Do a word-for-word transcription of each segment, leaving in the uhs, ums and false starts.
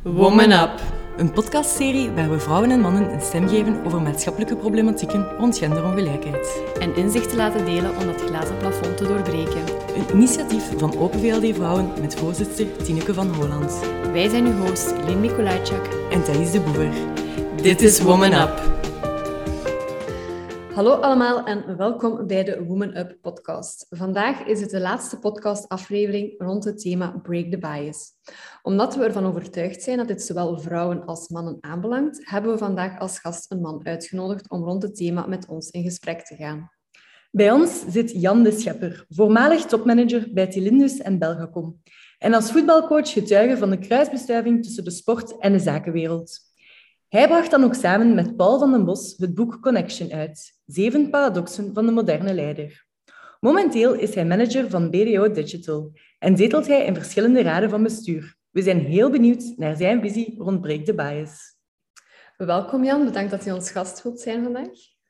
Woman Up. Een podcastserie waar we vrouwen en mannen een stem geven over maatschappelijke problematieken rond genderongelijkheid. En inzichten laten delen om dat glazen plafond te doorbreken. Een initiatief van Open V L D Vrouwen met voorzitter Tineke van Holland. Wij zijn uw host, Lynn Mikolajczak en Thais de Boer. Dit is Woman Up. Hallo allemaal en welkom bij de Woman Up podcast. Vandaag is het de laatste podcastaflevering rond het thema Break the Bias. Omdat we ervan overtuigd zijn dat dit zowel vrouwen als mannen aanbelangt, hebben we vandaag als gast een man uitgenodigd om rond het thema met ons in gesprek te gaan. Bij ons zit Jan de Schepper, voormalig topmanager bij Tilindus en Belgacom. En als voetbalcoach getuige van de kruisbestuiving tussen de sport en de zakenwereld. Hij bracht dan ook samen met Paul van den Bos het boek Connection uit, Zeven paradoxen van de moderne leider. Momenteel is hij manager van B D O Digital en zetelt hij in verschillende raden van bestuur. We zijn heel benieuwd naar zijn visie rond Break the Bias. Welkom Jan, bedankt dat u ons gast wilt zijn vandaag.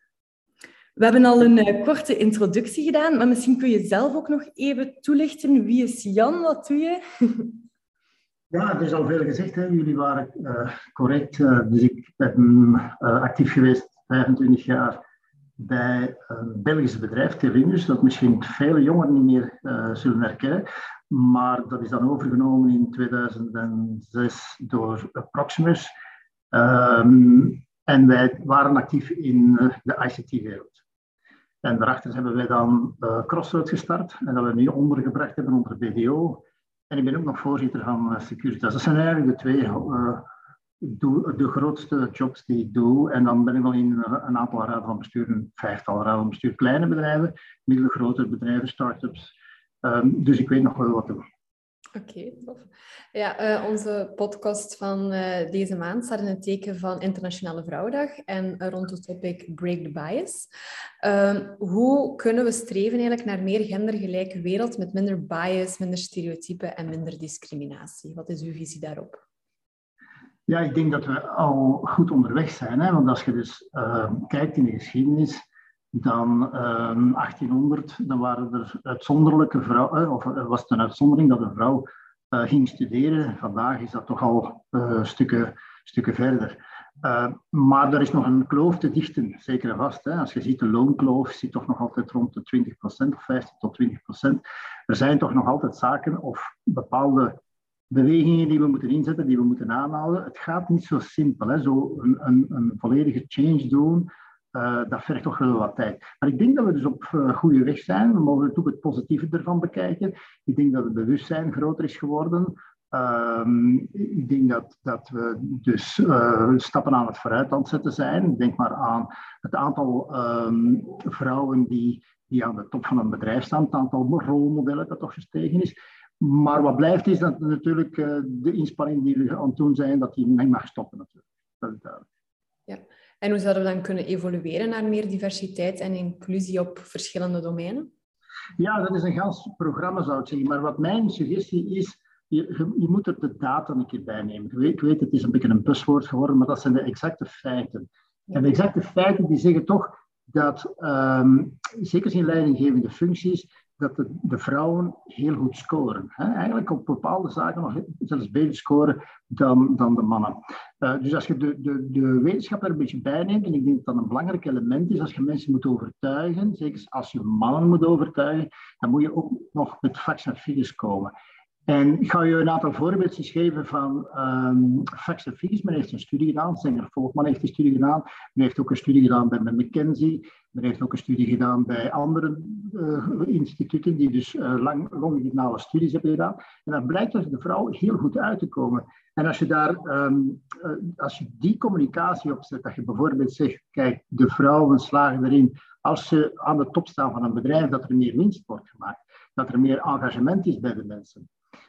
We hebben al een uh, korte introductie gedaan, maar misschien kun je zelf ook nog even toelichten. Wie is Jan? Wat doe je? Ja, er is al veel gezegd. Hè. Jullie waren uh, correct. Uh, dus ik ben uh, actief geweest vijfentwintig jaar bij een Belgisch bedrijf, Tilindus, dat misschien vele jongeren niet meer uh, zullen herkennen. Maar dat is dan overgenomen in tweeduizend zes door uh, Proximus. Um, en wij waren actief in uh, de I C T-wereld. En daarachter hebben wij dan uh, Crossroads gestart en dat we nu ondergebracht hebben onder B D O. En ik ben ook nog voorzitter van uh, Securitas. Dat zijn eigenlijk de twee uh, doe, de grootste jobs die ik doe. En dan ben ik nog in uh, een aantal raden van bestuur, een vijftal raden van bestuur, kleine bedrijven, middelgrote bedrijven, start-ups. Um, dus ik weet nog wel wat doen. Oké, okay, tof. Ja, uh, onze podcast van uh, deze maand staat in het teken van Internationale Vrouwendag en uh, rond het topic Break the Bias. Uh, hoe kunnen we streven eigenlijk naar meer gendergelijke wereld met minder bias, minder stereotypen en minder discriminatie? Wat is uw visie daarop? Ja, ik denk dat we al goed onderweg zijn. Hè? Want als je dus uh, kijkt in de geschiedenis, dan uh, achttienhonderd, dan waren er uitzonderlijke vrouwen, of was het een uitzondering dat een vrouw uh, ging studeren. Vandaag is dat toch al uh, stukken, stukken verder. Uh, maar er is nog een kloof te dichten, zeker en vast. Hè. Als je ziet, de loonkloof zit toch nog altijd rond de twintig procent of vijftien tot twintig procent. Er zijn toch nog altijd zaken of bepaalde bewegingen die we moeten inzetten, die we moeten aanhouden. Het gaat niet zo simpel. Hè. Zo een, een, een volledige change doen, Uh, dat vergt toch wel wat tijd. Maar ik denk dat we dus op uh, goede weg zijn. We mogen ook het positieve ervan bekijken. Ik denk dat het bewustzijn groter is geworden. Uh, ik denk dat, dat we dus uh, stappen aan het vooruit aan het zetten zijn. Denk maar aan het aantal um, vrouwen die, die aan de top van een bedrijf staan. Het aantal rolmodellen dat toch gestegen is. Maar wat blijft is dat natuurlijk uh, de inspanning die we aan het doen zijn, dat die niet mag stoppen natuurlijk. Dat is duidelijk. Ja. En hoe zouden we dan kunnen evolueren naar meer diversiteit en inclusie op verschillende domeinen? Ja, dat is een gans programma, zou ik zeggen. Maar wat mijn suggestie is, je, je moet er de data een keer bij nemen. Ik weet, ik weet, het is een beetje een buzzwoord geworden, maar dat zijn de exacte feiten. En de exacte feiten die zeggen toch dat, um, zeker in leidinggevende functies, dat de, de vrouwen heel goed scoren. Hè? Eigenlijk op bepaalde zaken nog zelfs beter scoren dan, dan de mannen. Uh, dus als je de, de, de wetenschap er een beetje bij neemt, en ik denk dat dat een belangrijk element is, als je mensen moet overtuigen, zeker als je mannen moet overtuigen, dan moet je ook nog met facts en figures komen. En ik ga je een aantal voorbeeldjes geven van um, facts en figures. Men heeft een studie gedaan, Sanger Volkman heeft een studie gedaan. Men heeft ook een studie gedaan bij McKinsey. Men heeft ook een studie gedaan bij andere uh, instituten die dus uh, lang, longitudinale studies hebben gedaan. En dan blijkt dat de vrouw heel goed uit te komen. En als je daar, um, uh, als je die communicatie opzet, dat je bijvoorbeeld zegt, kijk, de vrouwen slagen erin, als ze aan de top staan van een bedrijf, dat er meer winst wordt gemaakt, dat er meer engagement is bij de mensen.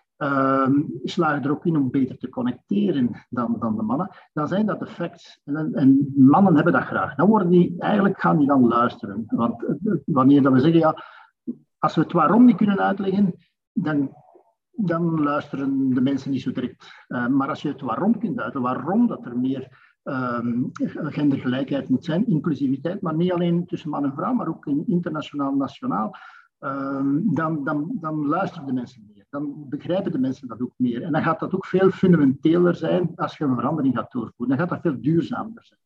Um, slagen er ook in om beter te connecteren dan, dan de mannen, dan zijn dat de facts. En, en mannen hebben dat graag. Dan worden die, eigenlijk gaan die dan luisteren. Want wanneer dat we zeggen, ja, als we het waarom niet kunnen uitleggen, dan, dan luisteren de mensen niet zo direct. Uh, maar als je het waarom kunt uitleggen, waarom dat er meer um, gendergelijkheid moet zijn, inclusiviteit, maar niet alleen tussen man en vrouw, maar ook in internationaal, nationaal, um, dan, dan, dan luisteren de mensen meer. meer. Dan begrijpen de mensen dat ook meer. En dan gaat dat ook veel fundamenteler zijn als je een verandering gaat doorvoeren. Dan gaat dat veel duurzamer zijn.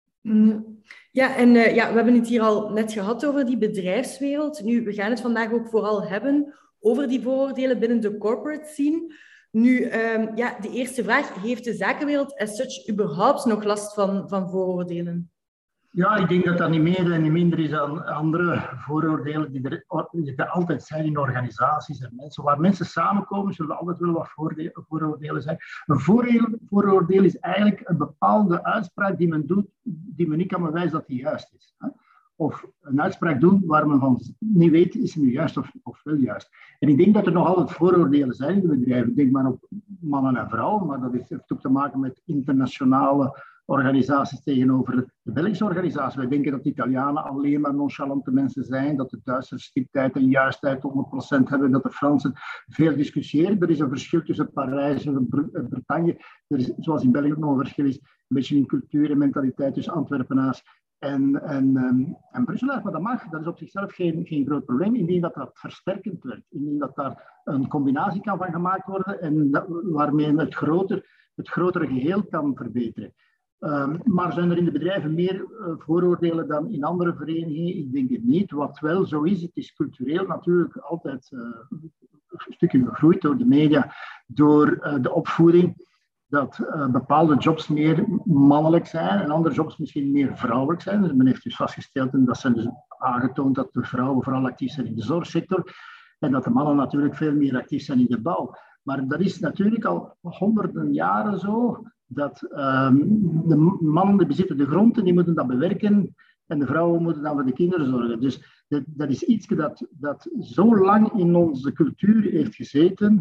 Ja, en uh, ja, we hebben het hier al net gehad over die bedrijfswereld. Nu, we gaan het vandaag ook vooral hebben over die vooroordelen binnen de corporate scene. Nu, um, ja, de eerste vraag. Heeft de zakenwereld as such überhaupt nog last van, van vooroordelen? Ja, ik denk dat dat niet meer en niet minder is dan andere vooroordelen die er, die er altijd zijn in organisaties en mensen. Waar mensen samenkomen, zullen er altijd wel wat vooroordelen zijn. Een vooroordeel, vooroordeel is eigenlijk een bepaalde uitspraak die men doet, die men niet kan bewijzen dat die juist is. Of een uitspraak doen waar men van niet weet, is het nu juist of, of wel juist. En ik denk dat er nog altijd vooroordelen zijn in de bedrijven. Denk maar op mannen en vrouwen, maar dat heeft ook te maken met internationale organisaties tegenover de Belgische organisatie. Wij denken dat de Italianen alleen maar nonchalante mensen zijn, dat de Duitsers stiptheid en juistheid honderd procent hebben, dat de Fransen veel discussiëren. Er is een verschil tussen Parijs en Bretagne. Er is, zoals in België ook nog een verschil is, een beetje in cultuur en mentaliteit tussen Antwerpenaars en, en, um, en Brusselaars. Maar dat mag, dat is op zichzelf geen, geen groot probleem, indien dat, dat versterkend werkt, indien dat daar een combinatie kan van gemaakt worden en dat, waarmee het, groter, het grotere geheel kan verbeteren. Um, maar zijn er in de bedrijven meer uh, vooroordelen dan in andere verenigingen? Ik denk het niet. Wat wel zo is, het is cultureel natuurlijk altijd uh, een stukje gegroeid door de media, door uh, de opvoeding, dat uh, bepaalde jobs meer mannelijk zijn en andere jobs misschien meer vrouwelijk zijn. Dus men heeft dus vastgesteld, en dat zijn dus aangetoond, dat de vrouwen vooral actief zijn in de zorgsector en dat de mannen natuurlijk veel meer actief zijn in de bouw. Maar dat is natuurlijk al honderden jaren zo, dat um, de mannen die bezitten de grond en die moeten dat bewerken en de vrouwen moeten dan voor de kinderen zorgen. Dus dat, dat is iets dat, dat zo lang in onze cultuur heeft gezeten,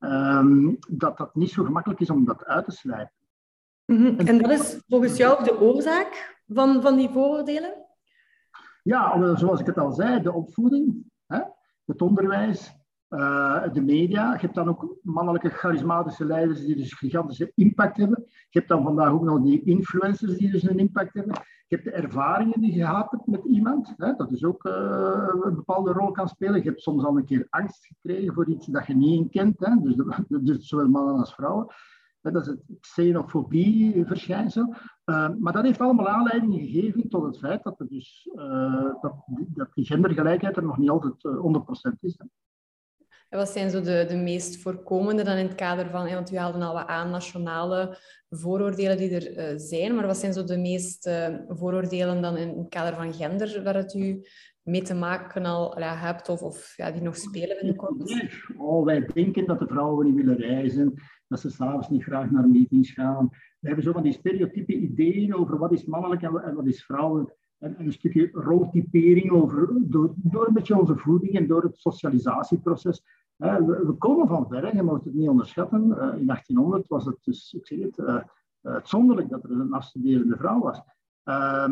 um, dat dat niet zo gemakkelijk is om dat uit te slijpen. Mm-hmm. En dat is volgens jou de oorzaak van, van die vooroordelen? Ja, zoals ik het al zei, de opvoeding, hè, het onderwijs, Uh, de media. Je hebt dan ook mannelijke charismatische leiders die dus gigantische impact hebben. Je hebt dan vandaag ook nog die influencers die dus een impact hebben. Je hebt de ervaringen die je gehad hebt met iemand. Hè, dat is ook uh, een bepaalde rol kan spelen. Je hebt soms al een keer angst gekregen voor iets dat je niet kent. Hè, dus, de, dus zowel mannen als vrouwen. Hè, dat is het xenofobie-verschijnsel. Uh, maar dat heeft allemaal aanleiding gegeven tot het feit dat, er dus, uh, dat, dat die gendergelijkheid er nog niet altijd uh, honderd procent is. Hè. En wat zijn zo de, de meest voorkomende dan in het kader van, want u haalde al wat aan, nationale vooroordelen die er uh, zijn, maar wat zijn zo de meest uh, vooroordelen dan in het kader van gender, waar het u mee te maken al ja, hebt of, of ja, die nog spelen in de corpus? Oh, wij denken dat de vrouwen niet willen reizen, dat ze s'avonds niet graag naar meetings gaan. We hebben zo van die stereotype ideeën over wat is mannelijk en, en wat is vrouwelijk. En een stukje roltypering over, door, door een beetje onze voeding en door het socialisatieproces. Uh, we, we komen van ver, je moet het niet onderschatten. Uh, in achttienhonderd was het dus, ik zeg het, uh, uitzonderlijk dat er een afstuderende vrouw was. Uh,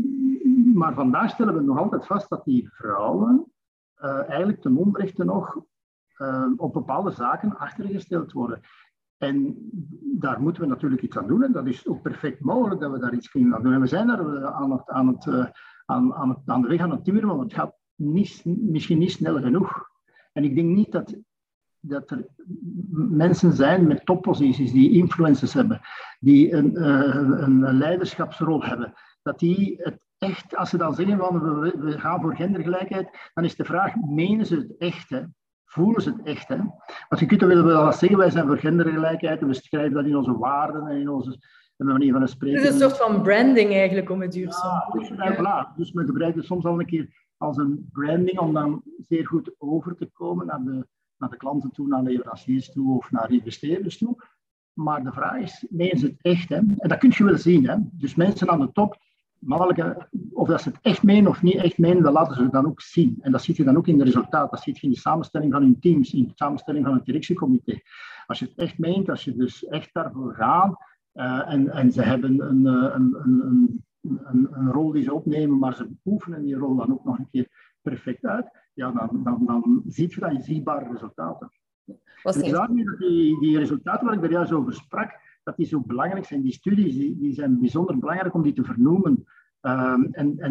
maar vandaag stellen we nog altijd vast dat die vrouwen uh, eigenlijk ten onrechte nog uh, op bepaalde zaken achtergesteld worden. En daar moeten we natuurlijk iets aan doen. En dat is ook perfect mogelijk dat we daar iets kunnen aan doen. En we zijn daar aan, het, aan, het, aan, aan, het, aan de weg aan het timmeren, maar het gaat niet, misschien niet snel genoeg. En ik denk niet dat, dat er mensen zijn met topposities die influencers hebben, die een, een, een leiderschapsrol hebben, dat die het echt, als ze dan zeggen van we, we gaan voor gendergelijkheid, dan is de vraag, menen ze het echt, hè? Voelen ze het echt, hè? Want je kunt wel wel zeggen, wij zijn voor gendergelijkheid en we schrijven dat in onze waarden en in onze manier van spreken. Het is een soort van branding eigenlijk om het duurzaam ja, te dus, ja, voilà. Dus men gebruikt het soms al een keer als een branding om dan zeer goed over te komen naar de, naar de klanten toe, naar leveranciers toe of naar investeerders toe. Maar de vraag is, menen ze het echt, hè? En dat kun je wel zien, hè? Dus mensen aan de top, mannelijke, of dat ze het echt menen of niet echt menen, dat laten ze dan ook zien. En dat zie je dan ook in de resultaten. Dat zie je in de samenstelling van hun teams, in de samenstelling van het directiecomité. Als je het echt meent, als je dus echt daarvoor gaat, uh, en, en ze hebben een, een, een, een, een, een rol die ze opnemen, maar ze oefenen die rol dan ook nog een keer perfect uit, ja, dan, dan, dan zie je dat in zichtbare resultaten. Wat en daarmee dat die, die resultaten waar ik daar juist over sprak, dat die zo belangrijk zijn. Die studies die, die zijn bijzonder belangrijk om die te vernoemen. Um, en, en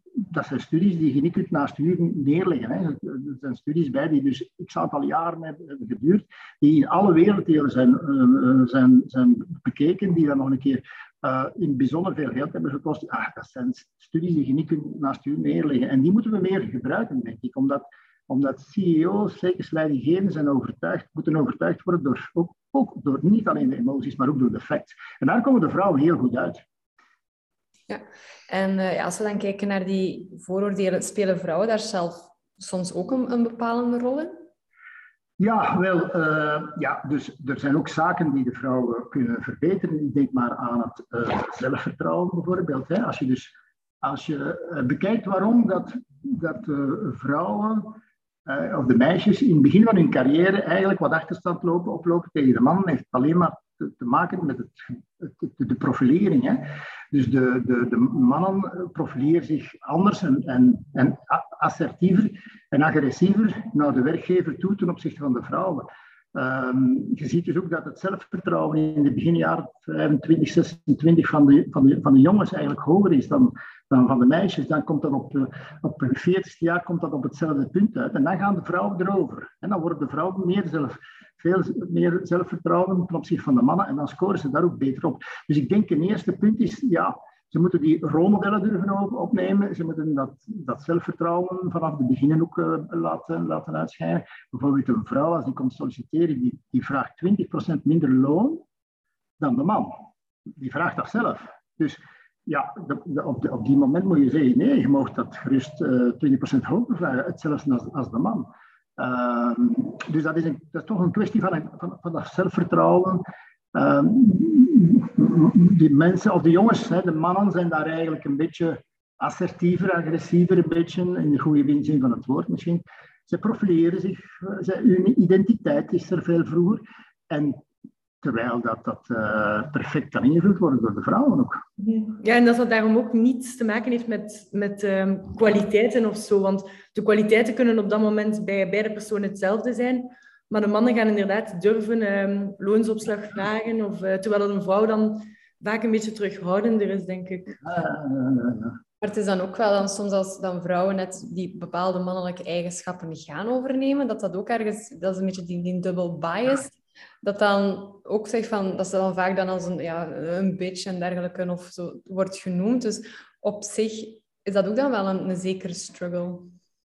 dat zijn studies die je niet kunt naast je uur neerleggen. Hè. Er zijn studies bij die dus x aantal jaren hebben geduurd, die in alle werelddelen zijn, uh, zijn, zijn bekeken, die dan nog een keer uh, in bijzonder veel geld hebben gekost. Ah, dat zijn studies die je niet kunt naast je uur neerleggen. En die moeten we meer gebruiken, denk ik, omdat, omdat C E O's, zeker leidinggevenden, zijn overtuigd, moeten overtuigd worden door, ook, ook door niet alleen de emoties, maar ook door de facts. En daar komen de vrouwen heel goed uit. Ja, en uh, ja, als we dan kijken naar die vooroordelen, spelen vrouwen daar zelf soms ook een, een bepalende rol in? Ja, wel, uh, ja, dus er zijn ook zaken die de vrouwen kunnen verbeteren. Ik denk maar aan het uh, zelfvertrouwen bijvoorbeeld. Hè. Als je dus als je uh, bekijkt waarom dat, dat uh, vrouwen uh, of de meisjes in het begin van hun carrière eigenlijk wat achterstand lopen, oplopen tegen de mannen, heeft alleen maar te, te maken met het, het, de profilering. Hè. Dus de, de, de mannen profileren zich anders en, en, en assertiever en agressiever naar de werkgever toe ten opzichte van de vrouwen. Um, je ziet dus ook dat het zelfvertrouwen in de beginjaren vijfentwintig, zesentwintig van de, van de, van de jongens eigenlijk hoger is dan, dan van de meisjes. Dan komt dat op, op hun veertigste jaar komt dat op hetzelfde punt uit. En dan gaan de vrouwen erover. En dan worden de vrouwen meer zelf, veel meer zelfvertrouwen ten opzichte van de mannen. En dan scoren ze daar ook beter op. Dus ik denk een eerste punt is, ja, ze moeten die rolmodellen durven opnemen. Ze moeten dat, dat zelfvertrouwen vanaf het begin ook uh, laten, laten uitschijnen. Bijvoorbeeld een vrouw, als die komt solliciteren, die, die vraagt twintig procent minder loon dan de man. Die vraagt dat zelf. Dus ja, de, de, op, de, op die moment moet je zeggen, nee, je mag dat gerust uh, twintig procent hoger vragen, hetzelfde als, als de man. Uh, dus dat is, een, dat is toch een kwestie van, een, van, van dat zelfvertrouwen. Uh, die mensen, of de jongens, hè, de mannen zijn daar eigenlijk een beetje assertiever, agressiever, een beetje, in de goede zin van het woord misschien. Ze profileren zich, ze, hun identiteit is er veel vroeger. En terwijl dat, dat uh, perfect kan ingevuld worden door de vrouwen ook. Ja, en dat dat daarom ook niets te maken heeft met, met um, kwaliteiten of zo. Want de kwaliteiten kunnen op dat moment bij beide personen hetzelfde zijn. Maar de mannen gaan inderdaad durven um, loonsopslag vragen. Of, uh, terwijl een vrouw dan vaak een beetje terughoudender is, denk ik. Uh, uh, uh. Maar het is dan ook wel dan soms als dan vrouwen net die bepaalde mannelijke eigenschappen gaan overnemen, dat dat ook ergens, dat is een beetje die, die double bias, dat dan ook zegt van, dat ze dan vaak dan als een, ja, een bitch en dergelijke of zo wordt genoemd. Dus op zich is dat ook dan wel een, een zekere struggle.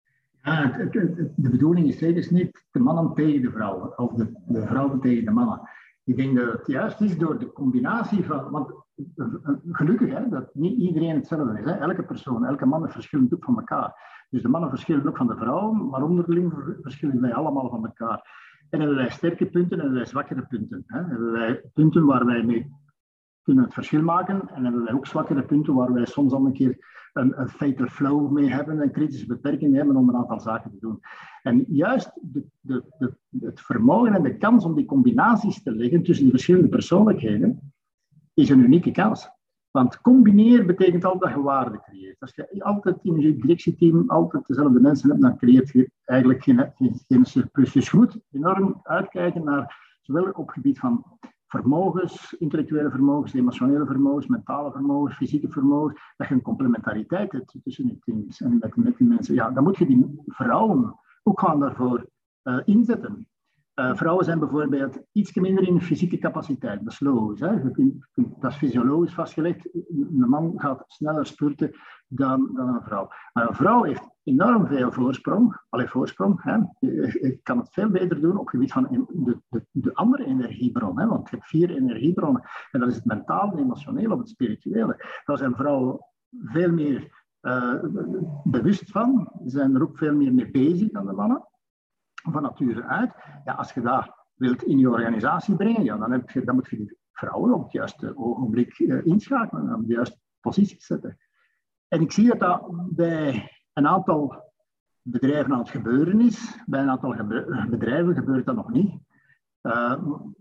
Ja, het, het, de bedoeling is zeker niet de mannen tegen de vrouwen, of de, de vrouwen tegen de mannen. Ik denk dat het juist is door de combinatie van, want gelukkig hè, dat niet iedereen hetzelfde is. Hè. Elke persoon, elke man is verschillend ook van elkaar. Dus de mannen verschillen ook van de vrouwen, maar onderling verschillen wij allemaal van elkaar. En hebben wij sterke punten en hebben wij zwakkere punten. Hè. Hebben wij punten waar wij mee kunnen het verschil maken en hebben wij ook zwakkere punten waar wij soms al een keer een, een fatal flow mee hebben en kritische beperkingen hebben om een aantal zaken te doen. En juist de, de, de, het vermogen en de kans om die combinaties te leggen tussen die verschillende persoonlijkheden is een unieke kans. Want combineren betekent altijd dat je waarde creëert. Als je altijd in je directieteam altijd dezelfde mensen hebt, dan creëert je eigenlijk geen, geen, geen surplus. Dus je moet enorm uitkijken naar, zowel op het gebied van vermogens, intellectuele vermogens, emotionele vermogens, mentale vermogens, fysieke vermogens, dat je een complementariteit hebt tussen die teams en met, met die mensen. Ja, dan moet je die vrouwen ook gaan daarvoor uh, inzetten. Uh, vrouwen zijn bijvoorbeeld iets minder in fysieke capaciteit, dat is logisch. Hè? Je kunt, dat is fysiologisch vastgelegd. Een man gaat sneller spurten dan, dan een vrouw. Maar een vrouw heeft enorm veel voorsprong. Allee, voorsprong. Hè? Je, je kan het veel beter doen op het gebied van de, de, de andere energiebron. Hè? Want je hebt vier energiebronnen. En dat is het mentale, het emotionele of het spirituele. Daar zijn vrouwen veel meer uh, bewust van. Ze zijn er ook veel meer mee bezig dan de mannen. Van nature uit. Ja, als je dat wilt in je organisatie brengen, ja, dan, heb je, dan moet je die vrouwen op het juiste ogenblik uh, inschakelen en op de juiste positie zetten. En ik zie dat dat bij een aantal bedrijven aan het gebeuren is. Bij een aantal gebe- bedrijven gebeurt dat nog niet. Uh,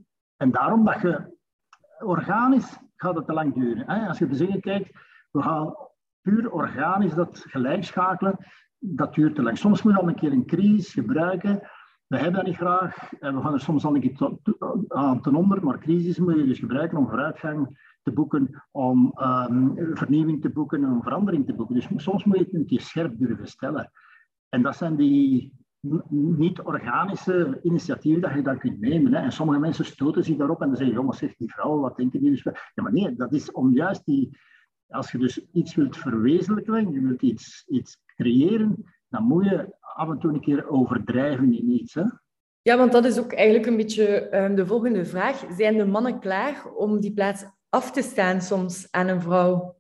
en daarom dat je organisch gaat het te lang duren. Hè? Als je te zeggen kijkt, we gaan puur organisch dat gelijk schakelen. Dat duurt te lang. Soms moet je al een keer een crisis gebruiken We hebben dat niet graag en we gaan er soms al een keer aan ten onder, maar crisis moet je dus gebruiken om vooruitgang te boeken, om um, vernieuwing te boeken en om verandering te boeken. Dus soms moet je het een keer scherp durven stellen. En dat zijn die niet-organische initiatieven dat je dan kunt nemen. Hè. En sommige mensen stoten zich daarop en dan zeggen, jongens, zeg die vrouwen, wat denken die dus? Ja, maar nee, dat is om juist die... Als je dus iets wilt verwezenlijken, je wilt iets, iets creëren, dan moet je af en toe een keer overdrijven in iets. Hè. Ja, want dat is ook eigenlijk een beetje um, de volgende vraag. Zijn de mannen klaar om die plaats af te staan soms aan een vrouw?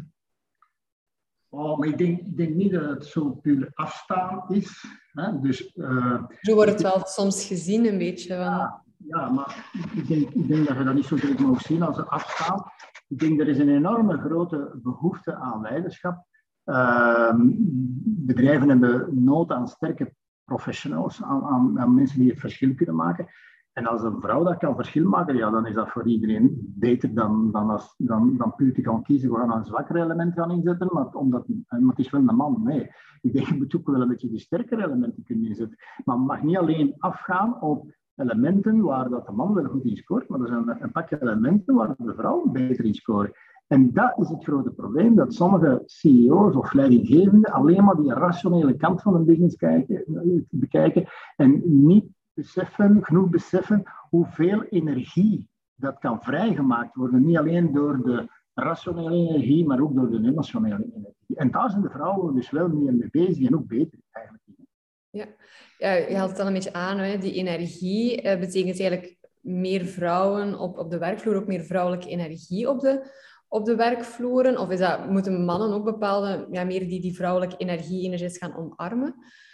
Oh, maar ik denk, ik denk niet dat het zo puur afstaan is. Hè? Dus, uh, zo wordt het wel soms gezien, een beetje. Van... Ja, ja, maar ik denk, ik denk dat je dat niet zo direct mag zien als afstaan. Ik denk dat er is een enorme grote behoefte aan leiderschap. Uh, bedrijven hebben nood aan sterke professionals, aan, aan, aan mensen die het verschil kunnen maken. En als een vrouw dat kan verschil maken, ja, dan is dat voor iedereen beter dan, dan, als, dan, dan puur te gaan kiezen. We gaan een zwakker element gaan inzetten, maar, omdat, maar het is wel een man. Nee, ik denk, je moet ook wel een beetje die sterkere elementen kunnen inzetten. Maar het mag niet alleen afgaan op elementen waar dat de man wel goed in scoort, maar er zijn een pakje elementen waar de vrouw beter in scoren. En dat is het grote probleem, dat sommige C E O's of leidinggevenden alleen maar die rationele kant van een business kijken, bekijken en niet beseffen, genoeg beseffen hoeveel energie dat kan vrijgemaakt worden. Niet alleen door de rationele energie, maar ook door de emotionele energie. En daar zijn de vrouwen dus wel meer mee bezig en ook beter eigenlijk. Ja, ja je haalt het al een beetje aan, hè. Die energie uh, betekent eigenlijk meer vrouwen op, op de werkvloer, ook meer vrouwelijke energie op de, op de werkvloeren? Of is dat, moeten mannen ook bepaalde, ja, meer die, die vrouwelijke energie enerzijds gaan omarmen?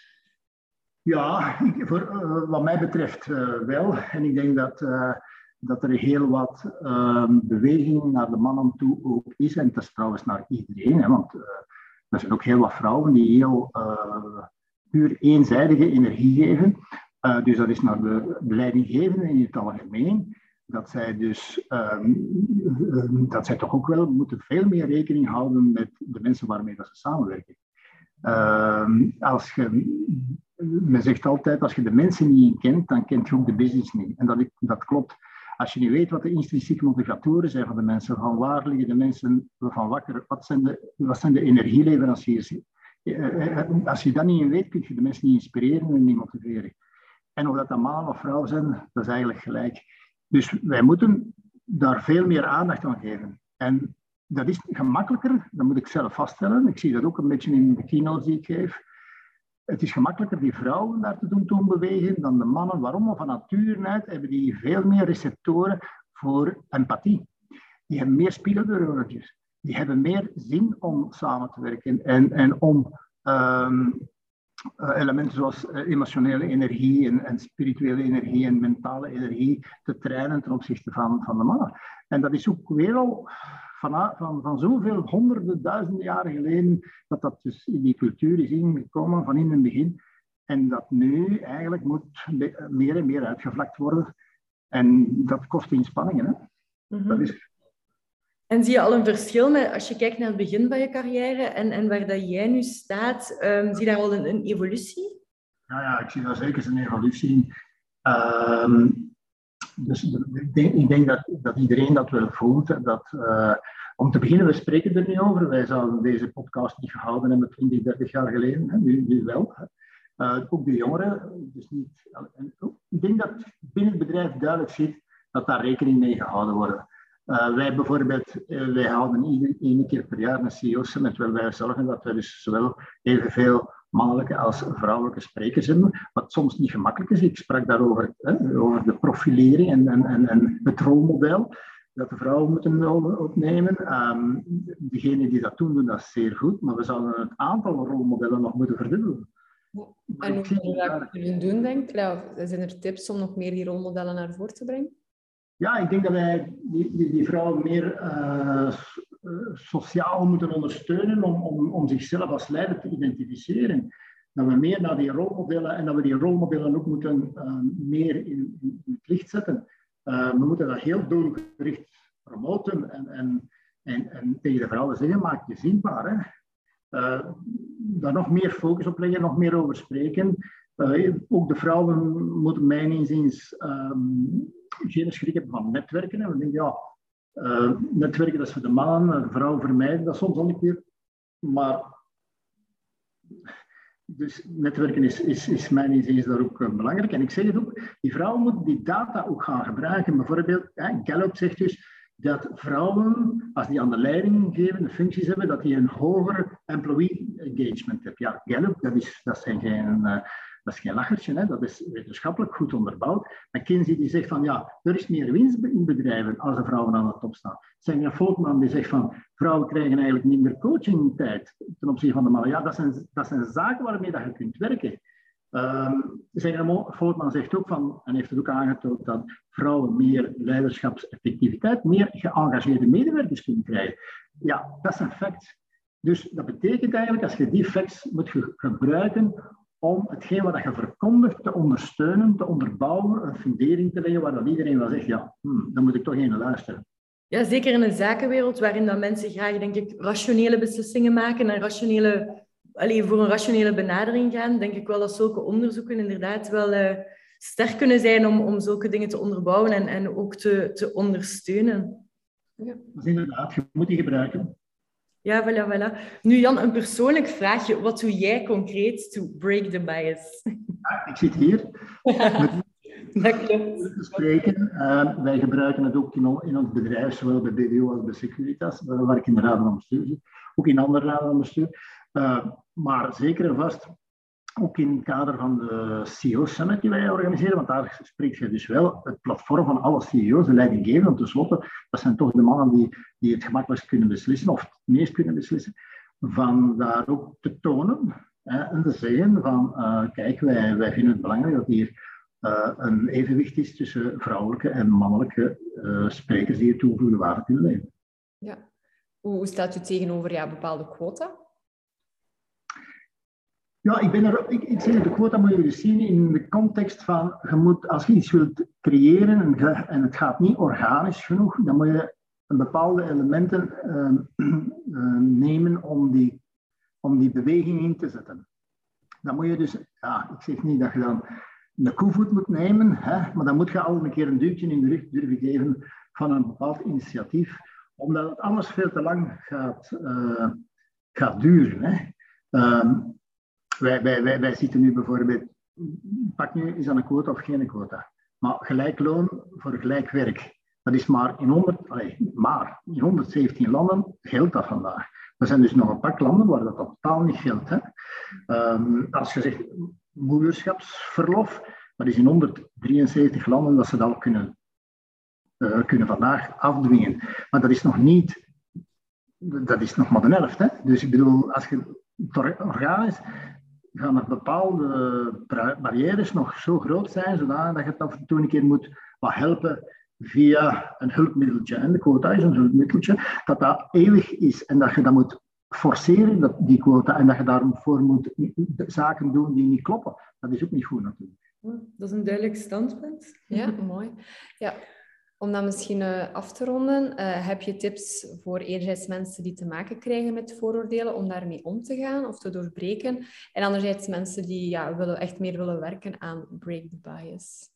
Ja, voor, uh, wat mij betreft uh, wel. En ik denk dat, uh, dat er heel wat uh, beweging naar de mannen toe ook is. En dat is trouwens naar iedereen. Hè, want uh, er zijn ook heel wat vrouwen die heel uh, puur eenzijdige energie geven. Uh, dus dat is naar de, de leidinggevenden in het algemeen. Dat zij dus um, um, dat zij toch ook wel moeten veel meer rekening houden met de mensen waarmee dat ze samenwerken. Uh, als je, men zegt altijd, als je de mensen niet kent, dan kent je ook de business niet. En dat, dat klopt. Als je niet weet wat de intrinsieke motivatoren zijn van de mensen, van waar liggen de mensen van wakker, wat zijn de, wat zijn de energieleveranciers. Als je dat niet in weet, kun je de mensen niet inspireren en niet motiveren. En of dat dan mannen of vrouwen zijn, dat is eigenlijk gelijk. Dus wij moeten daar veel meer aandacht aan geven. En dat is gemakkelijker, dat moet ik zelf vaststellen. Ik zie dat ook een beetje in de keynotes die ik geef. Het is gemakkelijker die vrouwen daar te doen, doen bewegen dan de mannen. Waarom? Van nature uit hebben die veel meer receptoren voor empathie. Die hebben meer spiegelneuroontjes. Die hebben meer zin om samen te werken en, en om um, elementen zoals emotionele energie en, en spirituele energie en mentale energie te trainen ten opzichte van, van de mannen. En dat is ook weer al van, van, van zoveel honderden, duizenden jaren geleden dat dat dus in die cultuur is ingekomen van in het begin. En dat nu eigenlijk moet meer en meer uitgevlakt worden. En dat kost inspanningen. Hè? Mm-hmm. Dat is... En zie je al een verschil met, als je kijkt naar het begin van je carrière en, en waar dat jij nu staat, um, zie je daar al een, een evolutie? Ja, ja, ik zie daar zeker een evolutie in. Um, dus ik denk, ik denk dat, dat iedereen dat wel voelt. Dat, uh, om te beginnen, we spreken er nu over. Wij zouden deze podcast niet gehouden hebben twintig, dertig jaar geleden. Hè? Nu, nu wel. Hè? Uh, ook de jongeren. Dus niet, en, ik denk dat binnen het bedrijf duidelijk ziet dat daar rekening mee gehouden wordt. Uh, wij bijvoorbeeld, uh, wij houden iedere ene keer per jaar een C E O-summit, waar wij zorgen dat wij dus zowel evenveel mannelijke als vrouwelijke sprekers hebben, wat soms niet gemakkelijk is. Ik sprak daarover, hè, over de profilering en, en, en, en het rolmodel dat de vrouwen moeten opnemen. Um, degenen die dat doen, doen dat zeer goed, maar we zouden het aantal rolmodellen nog moeten verdubbelen. En hoe kunnen we dat kunnen doen, denk je? Ja, zijn er tips om nog meer die rolmodellen naar voren te brengen? Ja, ik denk dat wij die, die, die vrouwen meer uh, sociaal moeten ondersteunen om, om, om zichzelf als leider te identificeren. Dat we meer naar die rolmodellen en dat we die rolmodellen ook moeten uh, meer in, in het licht zetten. Uh, we moeten dat heel doelgericht promoten en, en, en, en tegen de vrouwen zeggen, maak je zichtbaar. Hè? Uh, daar nog meer focus op leggen, nog meer over spreken. Uh, ook de vrouwen moeten mijn inziens um, geen schrik hebben van netwerken. En we denken, ja, uh, netwerken dat is voor de mannen, de vrouwen vermijden dat soms al een keer. Maar dus netwerken is, is, is mijn inziens daar ook uh, belangrijk. En ik zeg het ook, die vrouwen moeten die data ook gaan gebruiken. Bijvoorbeeld, hè, Gallup zegt dus dat vrouwen, als die aan de leiding geven, functies hebben, dat die een hoger employee engagement hebben. Ja, Gallup, dat is, dat zijn geen... Uh, Dat is geen lachertje, hè? Dat is wetenschappelijk goed onderbouwd. McKinsey die zegt van ja, er is meer winst in bedrijven als de vrouwen aan de top staan. Sanger Volkman die zegt van vrouwen krijgen eigenlijk minder coachingtijd ten opzichte van de mannen. Ja, dat zijn, dat zijn zaken waarmee dat je kunt werken. Um, Sanger Volkman zegt ook van, en heeft het ook aangetoond, dat vrouwen meer leiderschapseffectiviteit, meer geëngageerde medewerkers kunnen krijgen. Ja, dat zijn facts. Dus dat betekent eigenlijk, als je die facts moet ge- gebruiken om hetgeen wat je verkondigt te ondersteunen, te onderbouwen, een fundering te leggen waar dat iedereen wel zegt, ja, hmm, dan moet ik toch even luisteren. Ja, zeker in een zakenwereld waarin dat mensen graag, denk ik, rationele beslissingen maken en rationele, allee, voor een rationele benadering gaan, denk ik wel dat zulke onderzoeken inderdaad wel uh, sterk kunnen zijn om, om zulke dingen te onderbouwen en, en ook te, te ondersteunen. Ja. Dat is inderdaad, je moet die gebruiken. Ja, voilà, voilà. Nu Jan, een persoonlijk vraagje. Wat doe jij concreet to break the bias? Ja, ik zit hier Dat klopt. te spreken. Uh, wij gebruiken het ook in, in ons bedrijf, zowel bij B D O als bij Securitas, waar ik in de raad van bestuur zit, ook in andere raden van bestuur. Uh, maar zeker en vast, ook in het kader van de C E O Summit die wij organiseren, want daar spreekt je dus wel het platform van alle C E O's, de leidinggevenden, want tenslotte, dat zijn toch de mannen die, die het gemakkelijkst kunnen beslissen, of het meest kunnen beslissen, van daar ook te tonen hè, en te zeggen van, uh, kijk, wij, wij vinden het belangrijk dat hier uh, een evenwicht is tussen vrouwelijke en mannelijke uh, sprekers die het toegevoegde waarde kunnen leveren. Ja. Hoe staat u tegenover ja, bepaalde quota? Ja, ik ben er, ik, ik zeg, de quota moet je dus zien in de context van, je moet, als je iets wilt creëren en, je, en het gaat niet organisch genoeg, dan moet je een bepaalde elementen uh, uh, nemen om die, om die beweging in te zetten. Dan moet je dus, ja, ik zeg niet dat je dan een koevoet moet nemen, hè, maar dan moet je al een keer een duwtje in de rug durven geven van een bepaald initiatief, omdat het anders veel te lang gaat, uh, gaat duren. Hè. Um, Wij, wij, wij, wij zitten nu bijvoorbeeld, pak nu, is dat een quota of geen quota? Maar gelijk loon voor gelijk werk. Dat is maar in, honderd, allez, maar in honderdzeventien landen geldt dat vandaag. Er zijn dus nog een pak landen waar dat totaal niet geldt. Hè? Um, als je zegt moederschapsverlof, dat is in honderddrieënzeventig landen dat ze dat al kunnen, uh, kunnen vandaag afdwingen. Maar dat is nog niet, dat is nog maar de helft. Hè? Dus ik bedoel, als je het organisch gaan er bepaalde barrières nog zo groot zijn, zodat je het af en toe een keer moet wat helpen via een hulpmiddeltje. En de quota is een hulpmiddeltje, dat dat eeuwig is en dat je dat moet forceren, dat, die quota, en dat je daarvoor moet zaken doen die niet kloppen. Dat is ook niet goed natuurlijk. Dat is een duidelijk standpunt. Ja, mooi. Ja. Om dat misschien uh, af te ronden, uh, heb je tips voor enerzijds mensen die te maken krijgen met vooroordelen om daarmee om te gaan of te doorbreken, en anderzijds mensen die ja, willen, echt meer willen werken aan break the bias?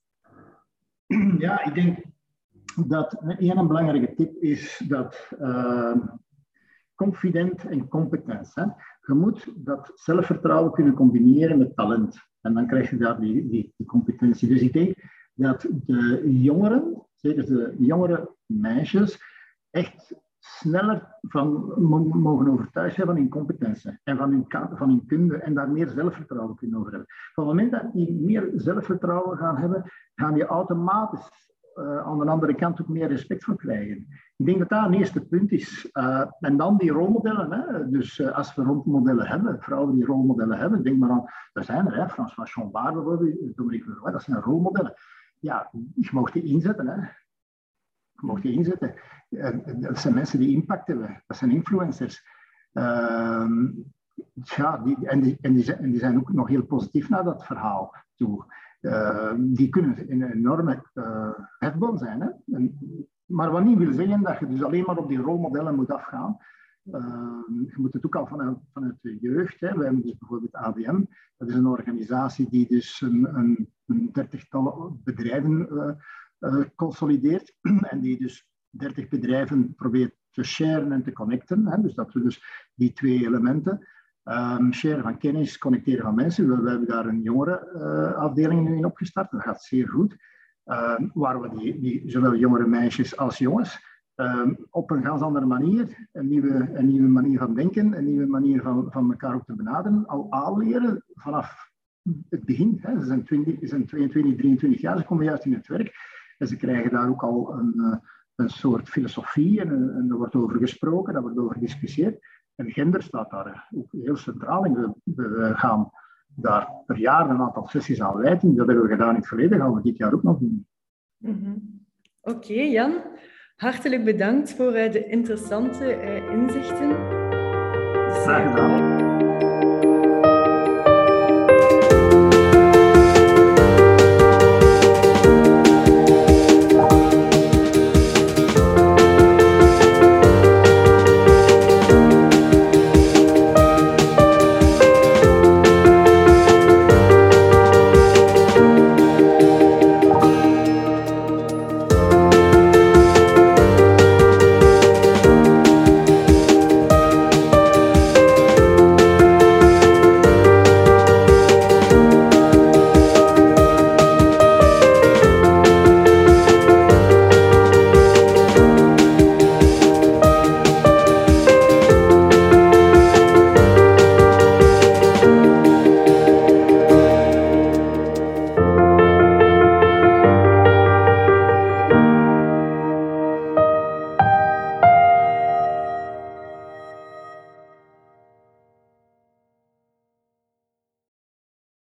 Ja, ik denk dat een, een belangrijke tip is dat uh, confident en competent. Hè? Je moet dat zelfvertrouwen kunnen combineren met talent. En dan krijg je daar die, die, die competentie. Dus ik denk dat de jongeren, zeker de jongere meisjes, echt sneller van mogen overtuigd zijn van hun competentie en van hun, van hun kunde en daar meer zelfvertrouwen kunnen over hebben. Van het moment dat die meer zelfvertrouwen gaan hebben, gaan die automatisch uh, aan de andere kant ook meer respect voor krijgen. Ik denk dat dat een eerste punt is. Uh, en dan die rolmodellen. Hè. Dus uh, als we rolmodellen hebben, vrouwen die rolmodellen hebben, denk maar aan, er zijn er, hè, François Chambard bijvoorbeeld, Dominique Leroy, dat zijn rolmodellen. Ja, je mag die inzetten. Hè. Je mag die inzetten. Dat zijn mensen die impact hebben. Dat zijn influencers. Uh, ja, die, en, die, en, die zijn, en die zijn ook nog heel positief naar dat verhaal toe. Uh, die kunnen een enorme uh, hefboom zijn. Hè. En, maar wat niet wil zeggen dat je dus alleen maar op die rolmodellen moet afgaan. Uh, je moet het ook al vanuit, vanuit de jeugd. Hè. We hebben dus bijvoorbeeld A D M. Dat is een organisatie die dus een, een, een dertigtal bedrijven uh, uh, consolideert. En die dus dertig bedrijven probeert te sharen en te connecten. Hè. Dus dat we dus die twee elementen... Um, share van kennis, connecteren van mensen. We, we hebben daar een jongerenafdeling uh, in opgestart. Dat gaat zeer goed. Um, waar we die, die, zowel jongere meisjes als jongens um, op een ganz andere manier, een nieuwe, een nieuwe manier van denken, een nieuwe manier van, van elkaar ook te benaderen, al aanleren vanaf het begin. Hè. Ze zijn, twintig, ze zijn tweeëntwintig, drieëntwintig jaar, ze komen juist in het werk. En ze krijgen daar ook al een, een soort filosofie en, en er wordt over gesproken, daar wordt over gediscussieerd. En gender staat daar ook heel centraal in. We, we gaan daar per jaar een aantal sessies aan wijten. Dat hebben we gedaan in het verleden, gaan we dit jaar ook nog doen. Mm-hmm. Oké, okay, Jan. Hartelijk bedankt voor uh, de interessante uh, inzichten. Graag gedaan.